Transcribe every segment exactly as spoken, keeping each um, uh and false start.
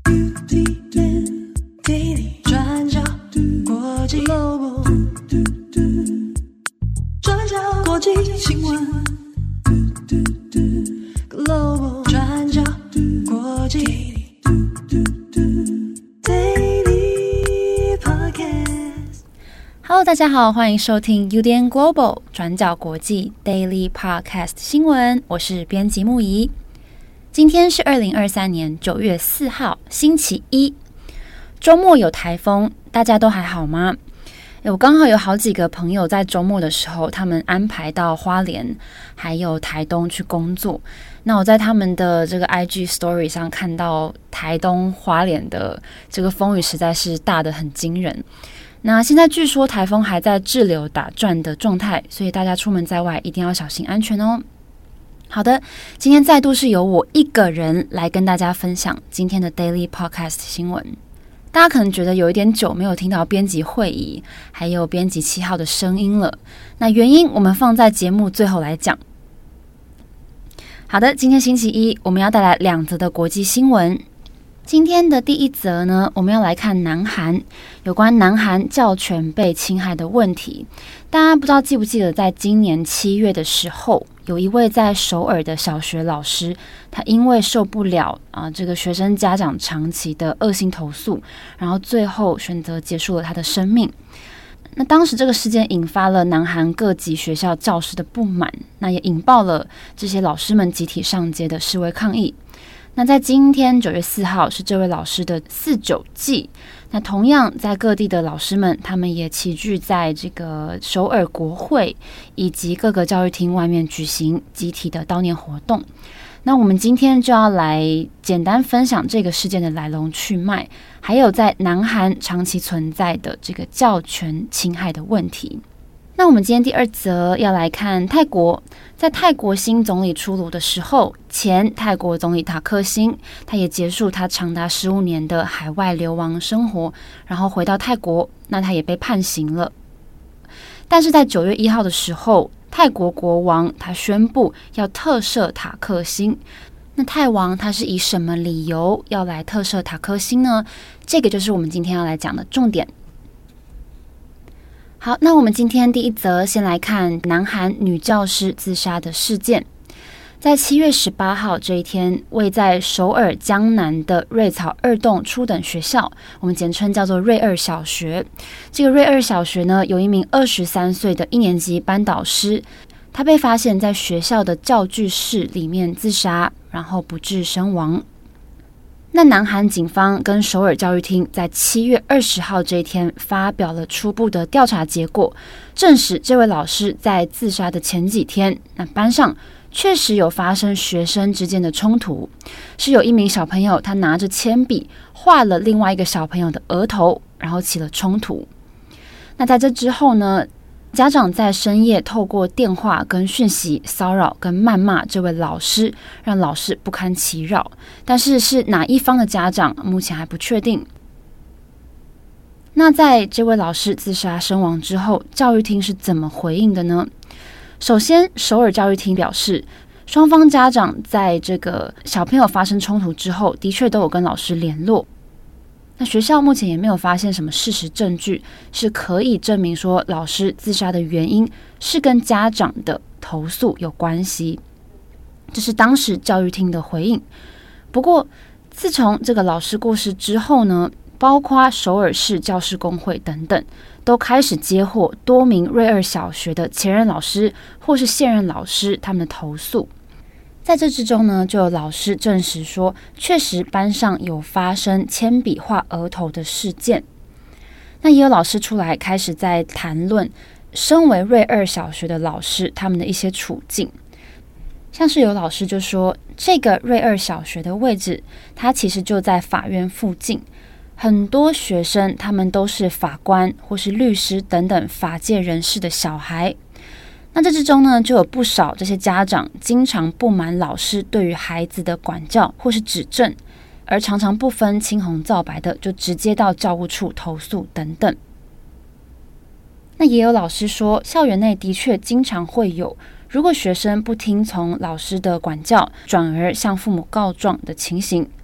转角国际转角国际新闻 Global 转角国际 Daily Podcast。 Hello， 大家好，欢迎收听 U D N Global 转角国际 Daily Podcast 新闻，我是编辑木仪。今天是二零二三年九月四号，星期一。周末有台风，大家都还好吗？我刚好有好几个朋友在周末的时候，他们安排到花莲还有台东去工作。那我在他们的这个 I G Story 上看到台东花莲的这个风雨实在是大得很惊人。那现在据说台风还在滞留打转的状态，所以大家出门在外一定要小心安全哦。好的，今天再度是由我一个人来跟大家分享今天的 Daily Podcast 新闻。大家可能觉得有一点久没有听到编辑会议还有编辑七号的声音了，那原因我们放在节目最后来讲。好的，今天星期一，我们要带来两则的国际新闻。今天的第一则呢，我们要来看南韩有关南韩教权被侵害的问题。大家不知道记不记得，在今年七月的时候，有一位在首尔的小学老师，他因为受不了啊这个学生家长长期的恶性投诉，然后最后选择结束了他的生命。那当时这个事件引发了南韩各级学校教师的不满，那也引爆了这些老师们集体上街的示威抗议。那在今天九月四号是这位老师的四九祭，那同样在各地的老师们，他们也齐聚在这个首尔国会以及各个教育厅外面举行集体的悼念活动。那我们今天就要来简单分享这个事件的来龙去脉，还有在南韩长期存在的这个教权侵害的问题。那我们今天第二则要来看泰国，在泰国新总理出炉的时候，前泰国总理塔克辛他也结束他长达十五年的海外流亡生活，然后回到泰国，那他也被判刑了。但是在九月一号的时候，泰国国王他宣布要特赦塔克辛。那泰王他是以什么理由要来特赦塔克辛呢？这个就是我们今天要来讲的重点。好，那我们今天第一则先来看南韩女教师自杀的事件。在七月十八号这一天，位在首尔江南的瑞草二栋初等学校，我们简称叫做瑞二小学。这个瑞二小学呢，有一名二十三岁的一年级班导师，他被发现在学校的教具室里面自杀，然后不治身亡。那南韩警方跟首尔教育厅在七月二十号这一天发表了初步的调查结果，证实这位老师在自杀的前几天，那班上确实有发生学生之间的冲突，是有一名小朋友他拿着铅笔画了另外一个小朋友的额头，然后起了冲突。那在这之后呢，家长在深夜透过电话跟讯息骚扰跟谩骂这位老师，让老师不堪其扰。但是是哪一方的家长目前还不确定。那在这位老师自杀身亡之后，教育厅是怎么回应的呢？首先，首尔教育厅表示，双方家长在这个小朋友发生冲突之后，的确都有跟老师联络。那学校目前也没有发现什么事实证据是可以证明说老师自杀的原因是跟家长的投诉有关系，这是当时教育厅的回应。不过自从这个老师过世之后呢，包括首尔市教师工会等等都开始接获多名瑞二小学的前任老师或是现任老师他们的投诉。在这之中呢，就有老师证实说，确实班上有发生铅笔画额头的事件。那也有老师出来开始在谈论身为瑞二小学的老师他们的一些处境。像是有老师就说，这个瑞二小学的位置，它其实就在法院附近，很多学生他们都是法官或是律师等等法界人士的小孩。那这之中呢，就有不少这些家长经常不满老师对于孩子的管教或是指正，而常常不分青红皂白的就直接到教务处投诉等等。那也有老师说，校园内的确经常会有如果学生不听从老师的管教，转而向父母告状的情形。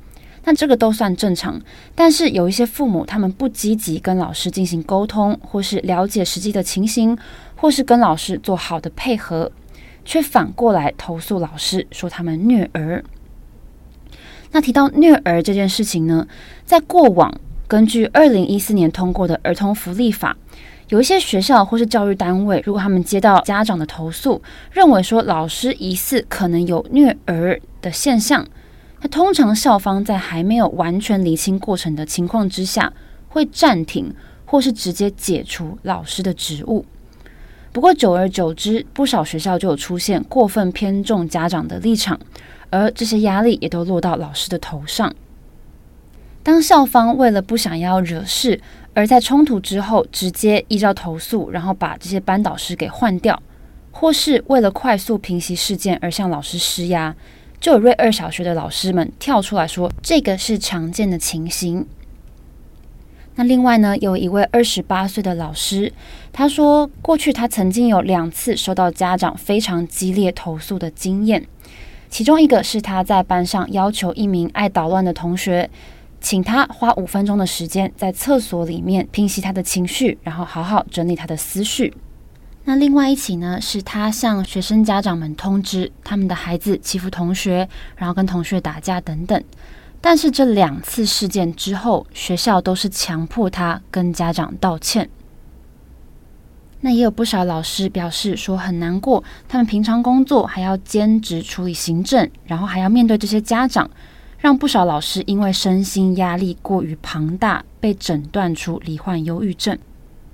那这个都算正常。但是有一些父母，他们不积极跟老师进行沟通，或是了解实际的情形，或是跟老师做好的配合，却反过来投诉老师，说他们虐儿。那提到虐儿这件事情呢，在过往根据二零一四年通过的儿童福利法，有一些学校或是教育单位，如果他们接到家长的投诉，认为说老师疑似可能有虐儿的现象，那通常校方在还没有完全厘清过程的情况之下，会暂停或是直接解除老师的职务。不过久而久之，不少学校就有出现过分偏重家长的立场，而这些压力也都落到老师的头上。当校方为了不想要惹事，而在冲突之后直接依照投诉，然后把这些班导师给换掉，或是为了快速平息事件而向老师施压，就有瑞二小学的老师们跳出来说，这个是常见的情形。那另外呢，有一位二十八岁的老师，他说过去他曾经有两次收到家长非常激烈投诉的经验，其中一个是他在班上要求一名爱捣乱的同学，请他花五分钟的时间在厕所里面平息他的情绪，然后好好整理他的思绪。那另外一起呢，是他向学生家长们通知他们的孩子欺负同学，然后跟同学打架等等。但是这两次事件之后，学校都是强迫他跟家长道歉。那也有不少老师表示说很难过，他们平常工作还要兼职处理行政，然后还要面对这些家长，让不少老师因为身心压力过于庞大，被诊断出罹患忧郁症。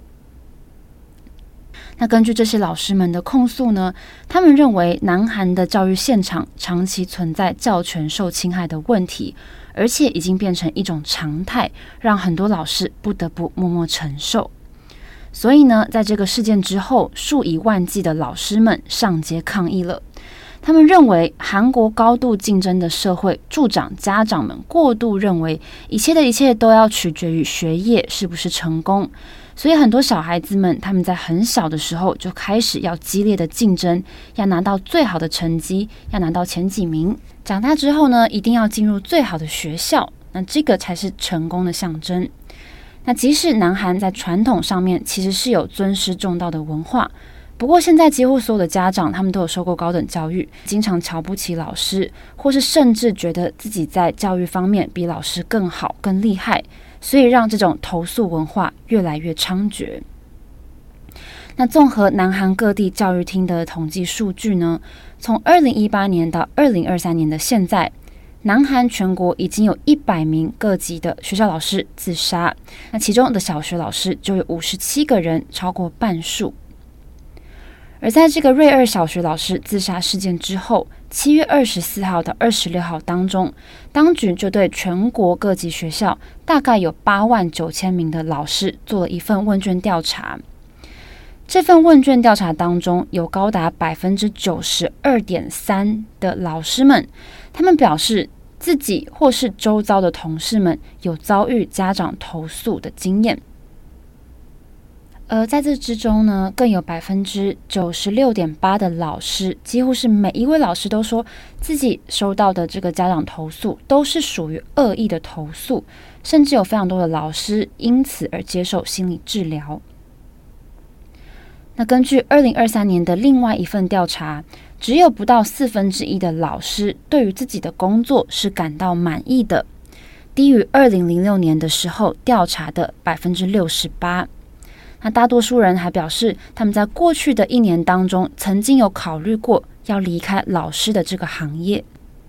那根据这些老师们的控诉呢，他们认为南韩的教育现场长期存在教权受侵害的问题，而且已经变成一种常态，让很多老师不得不默默承受。所以呢，在这个事件之后，数以万计的老师们上街抗议了。他们认为韩国高度竞争的社会助长家长们过度认为一切的一切都要取决于学业是不是成功，所以很多小孩子们他们在很小的时候就开始要激烈的竞争，要拿到最好的成绩，要拿到前几名。长大之后呢，一定要进入最好的学校，那这个才是成功的象征。那即使南韩在传统上面其实是有尊师重道的文化，不过现在几乎所有的家长他们都有受过高等教育，经常瞧不起老师，或是甚至觉得自己在教育方面比老师更好更厉害，所以让这种投诉文化越来越猖獗。那综合南韩各地教育厅的统计数据呢，从二零一八年到二零二三年的现在，南韩全国已经有一百名各级的学校老师自杀，那其中的小学老师就有五十七个人，超过半数。而在这个瑞二小学老师自杀事件之后，七月二十四号到二十六号当中，当局就对全国各级学校大概有八万九千名的老师做了一份问卷调查。这份问卷调查当中，有高达百分之九十二点三的老师们，他们表示自己或是周遭的同事们有遭遇家长投诉的经验。而在这之中呢，更有百分之九十六点八的老师，几乎是每一位老师都说自己收到的这个家长投诉都是属于恶意的投诉，甚至有非常多的老师因此而接受心理治疗。那根据二零二三年的另外一份调查，只有不到四分之一的老师对于自己的工作是感到满意的，低于二零零六年的时候调查的百分之六十八。那大多数人还表示，他们在过去的一年当中，曾经有考虑过要离开老师的这个行业。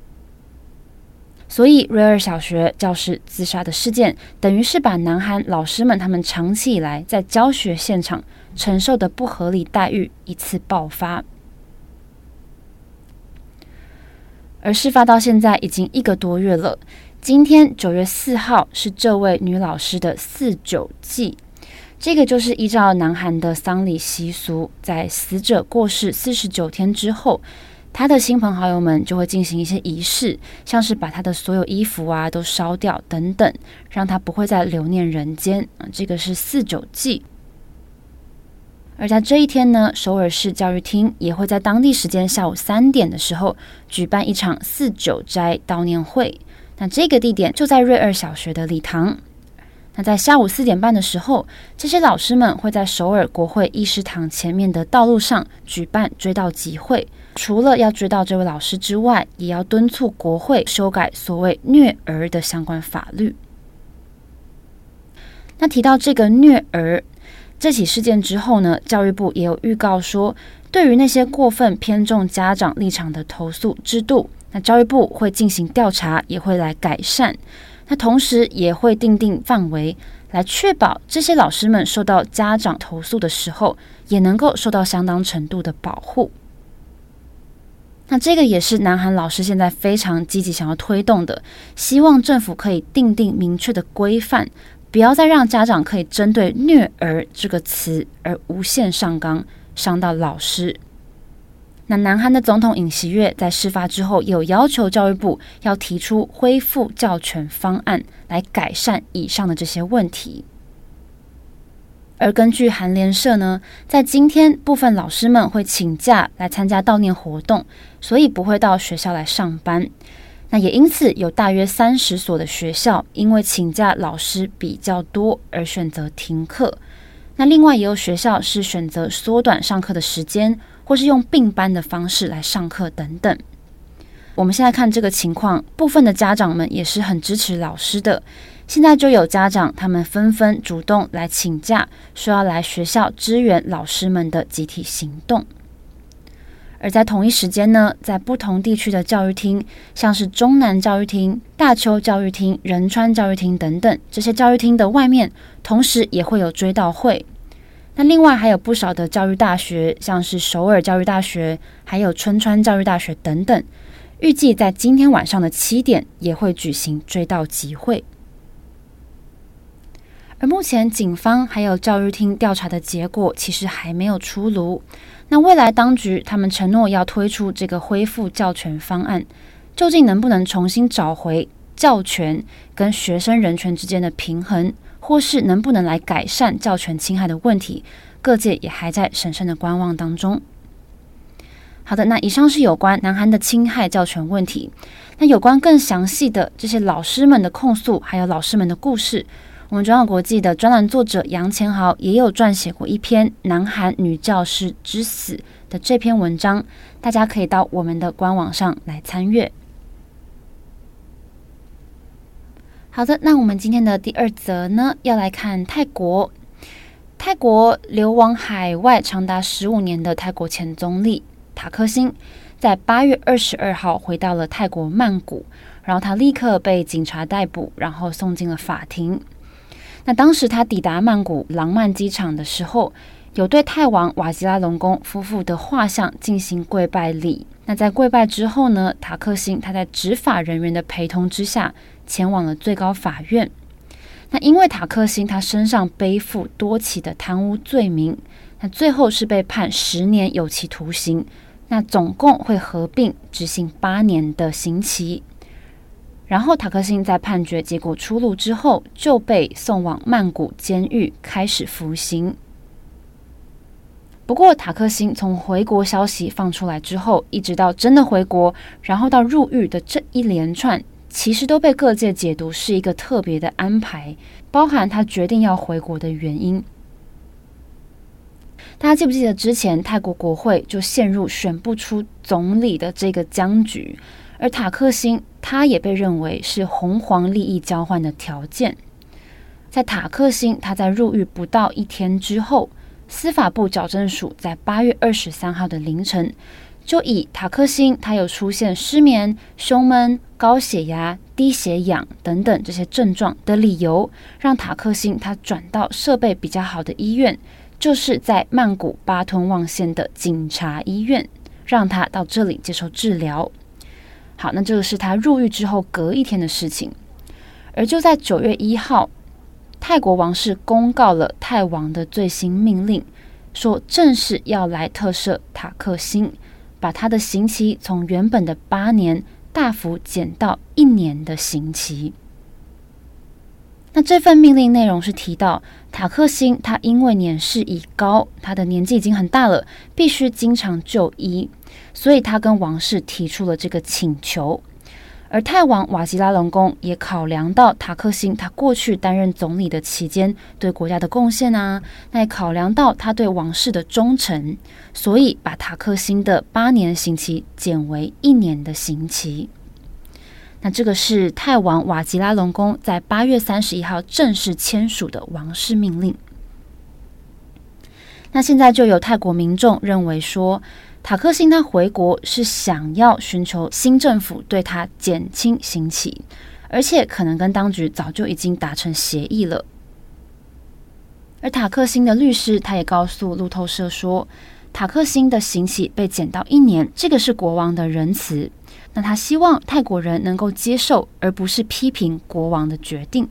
所以瑞尔小学教师自杀的事件，等于是把南韩老师们他们长期以来在教学现场承受的不合理待遇一次爆发。而事发到现在已经一个多月了，今天九月四号是这位女老师的四九祭。这个就是依照南韩的丧礼习俗，在死者过世四十九天之后，他的亲朋好友们就会进行一些仪式，像是把他的所有衣服啊都烧掉等等，让他不会再留念人间。这个是四九祭。而在这一天呢，首尔市教育厅也会在当地时间下午三点的时候举办一场四九斋悼念会。 那这个地点就在瑞二小学的礼堂。那在下午四点半的时候，这些老师们会在首尔国会议事堂前面的道路上举办追悼集会。除了要追悼这位老师之外，也要敦促国会修改所谓虐儿的相关法律。那提到这个虐儿这起事件之后呢，教育部也有预告说，对于那些过分偏重家长立场的投诉制度，那教育部会进行调查，也会来改善。那同时也会订定范围，来确保这些老师们受到家长投诉的时候，也能够受到相当程度的保护。那这个也是南韩老师现在非常积极想要推动的，希望政府可以订定明确的规范，不要再让家长可以针对虐儿这个词而无限上纲，伤到老师。那南韩的总统尹锡悦在事发之后也有要求教育部要提出恢复教权方案，来改善以上的这些问题。而根据韩联社呢，在今天部分老师们会请假来参加悼念活动，所以不会到学校来上班。那也因此有大约三十所的学校因为请假老师比较多而选择停课。那另外也有学校是选择缩短上课的时间，或是用并班的方式来上课等等。我们现在看这个情况，部分的家长们也是很支持老师的。现在就有家长他们纷纷主动来请假，说要来学校支援老师们的集体行动。而在同一时间呢，在不同地区的教育厅，像是中南教育厅、大邱教育厅、仁川教育厅等等，这些教育厅的外面同时也会有追悼会。那另外还有不少的教育大学，像是首尔教育大学，还有春川教育大学等等，预计在今天晚上的七点也会举行追悼集会。而目前警方还有教育厅调查的结果其实还没有出炉。那未来当局他们承诺要推出这个恢复教权方案，究竟能不能重新找回教权跟学生人权之间的平衡，或是能不能来改善教权侵害的问题，各界也还在审慎的观望当中。好的，那以上是有关南韩的侵害教权问题。那有关更详细的这些老师们的控诉，还有老师们的故事，我们转角国际的专栏作者杨乾豪也有撰写过一篇《南韩女教师之死》的这篇文章，大家可以到我们的官网上来参阅。好的，那我们今天的第二则呢，要来看泰国。泰国流亡海外长达十五年的泰国前总理塔克辛，在八月二十二号回到了泰国曼谷，然后他立刻被警察逮捕，然后送进了法庭。那当时他抵达曼谷廊曼机场的时候，有对泰王瓦吉拉隆功夫妇的画像进行跪拜礼。那在跪拜之后呢，塔克辛他在执法人员的陪同之下前往了最高法院。那因为塔克辛他身上背负多起的贪污罪名，那最后是被判十年有期徒刑，那总共会合并执行八年的刑期。然后塔克辛在判决结果出炉之后，就被送往曼谷监狱开始服刑。不过塔克辛从回国消息放出来之后，一直到真的回国，然后到入狱的这一连串，其实都被各界解读是一个特别的安排，包含他决定要回国的原因。大家记不记得之前泰国国会就陷入选不出总理的这个僵局，而塔克辛他也被认为是红黄利益交换的条件。在塔克辛他在入狱不到一天之后，司法部矫正署在八月二十三号的凌晨，就以塔克辛他有出现失眠、胸闷、高血压、低血氧等等这些症状的理由，让塔克辛他转到设备比较好的医院，就是在曼谷巴吞旺县的警察医院，让他到这里接受治疗。好，那这个是他入狱之后隔一天的事情。而就在九月一号，泰国王室公告了泰王的最新命令，说正式要来特赦塔克辛，把他的刑期从原本的八年大幅减到一年的刑期。那这份命令内容是提到，塔克辛他因为年事已高，他的年纪已经很大了，必须经常就医，所以他跟王室提出了这个请求。 而泰王瓦吉拉隆功也考量到塔克辛他过去担任总理的期间对国家的贡献啊，那也考量到他对王室的忠诚，所以把塔克辛的八年刑期减为一年的刑期。那这个是泰王瓦吉拉隆功在八月三十一号正式签署的王室命令。那现在就有泰国民众认为说，塔克辛他回国是想要寻求新政府对他减轻刑期，而且可能跟当局早就已经达成协议了。而塔克辛的律师他也告诉路透社说，塔克辛的刑期被减到一年，这个是国王的仁慈，那他希望泰国人能够接受，而不是批评国王的决定。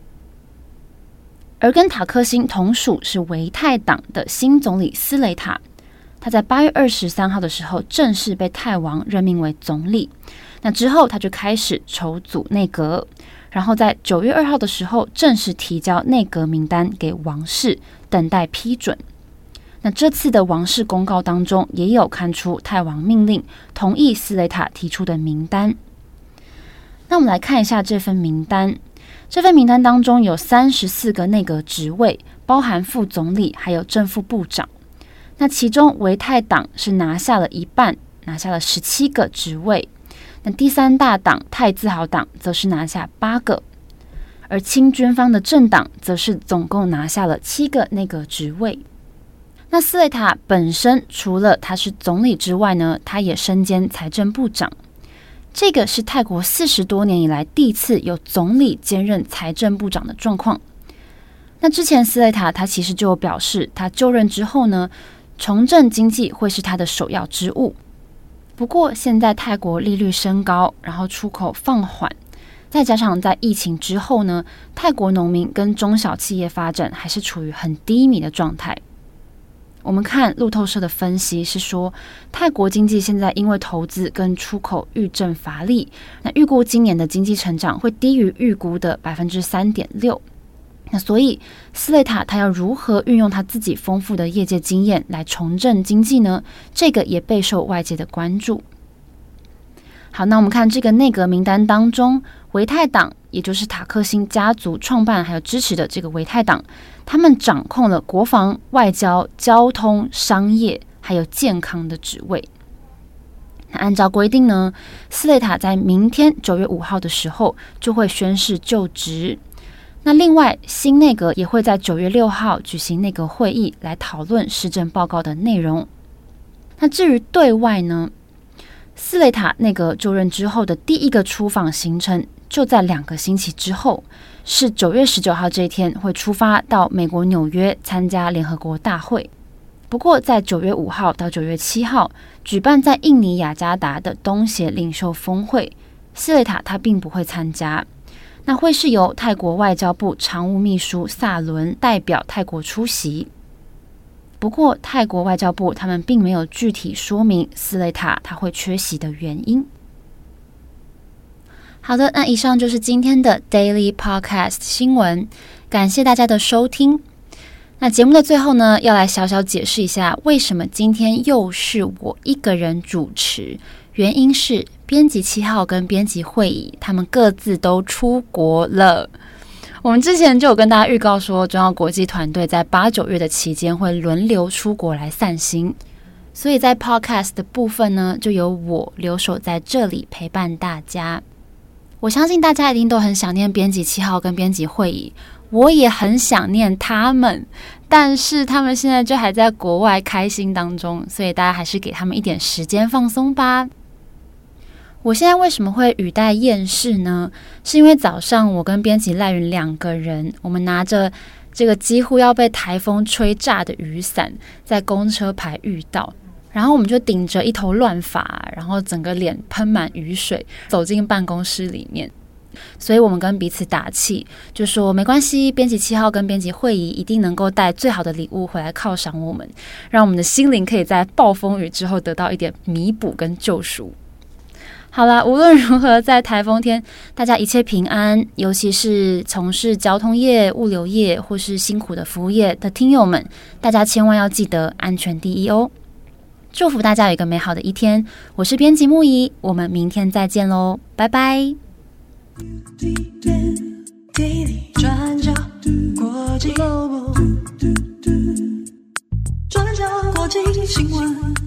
而跟塔克辛同属是维泰党的新总理斯雷塔，他在八月二十三号的时候正式被泰王任命为总理，那之后他就开始筹组内阁，然后在九月二号的时候正式提交内阁名单给王室，等待批准。那这次的王室公告当中也有看出泰王命令同意斯雷塔提出的名单。那我们来看一下这份名单，这份名单当中有三十四个内阁职位，包含副总理还有正副部长。那其中维泰党是拿下了一半，拿下了十七个职位。那第三大党泰自豪党则是拿下八个，而亲军方的政党则是总共拿下了七个内阁职位。那斯雷塔本身除了他是总理之外呢，他也身兼财政部长。这个是泰国四十多年以来第一次有总理兼任财政部长的状况。那之前斯雷塔他其实就有表示，他就任之后呢，重振经济会是他的首要之务。不过现在泰国利率升高，然后出口放缓，再加上在疫情之后呢，泰国农民跟中小企业发展还是处于很低迷的状态。我们看路透社的分析是说，泰国经济现在因为投资跟出口遇振乏力，那预估今年的经济成长会低于预估的 百分之三点六。那所以斯雷塔他要如何运用他自己丰富的业界经验来重振经济呢？这个也备受外界的关注。好，那我们看这个内阁名单当中，维泰党也就是塔克辛家族创办还有支持的这个维泰党，他们掌控了国防、外交、交通、商业还有健康的职位。那按照规定呢，斯雷塔在明天九月五号的时候就会宣誓就职。那另外，新内阁也会在九月六号举行内阁会议来讨论施政报告的内容。那至于对外呢，斯雷塔内阁就任之后的第一个出访行程就在两个星期之后，是九月十九号这一天会出发到美国纽约参加联合国大会。不过在九月五号到九月七号举办在印尼雅加达的东协领袖峰会，斯雷塔他并不会参加。那会是由泰国外交部常务秘书萨伦代表泰国出席。不过泰国外交部他们并没有具体说明斯雷塔他会缺席的原因。好的，那以上就是今天的 Daily Podcast 新闻，感谢大家的收听。那节目的最后呢，要来小小解释一下为什么今天又是我一个人主持。原因是编辑七号跟编辑会议他们各自都出国了。我们之前就有跟大家预告说，中央国际团队在八九月的期间会轮流出国来散心，所以在 Podcast 的部分呢，就由我留守在这里陪伴大家。我相信大家一定都很想念编辑七号跟编辑会议，我也很想念他们，但是他们现在就还在国外开心当中，所以大家还是给他们一点时间放松吧。我现在为什么会语带厌世呢？是因为早上我跟编辑赖云两个人，我们拿着这个几乎要被台风吹炸的雨伞，在公车牌遇到，然后我们就顶着一头乱发，然后整个脸喷满雨水，走进办公室里面。所以我们跟彼此打气，就说没关系，编辑七号跟编辑会议一定能够带最好的礼物回来犒赏我们，让我们的心灵可以在暴风雨之后得到一点弥补跟救赎。好啦，无论如何，在台风天大家一切平安，尤其是从事交通业、物流业或是辛苦的服务业的听友们，大家千万要记得安全第一哦。 祝福大家有一个美好的一天。我是编辑木仪，我们明天再见喽，拜拜。 转角国际，转角国际新闻。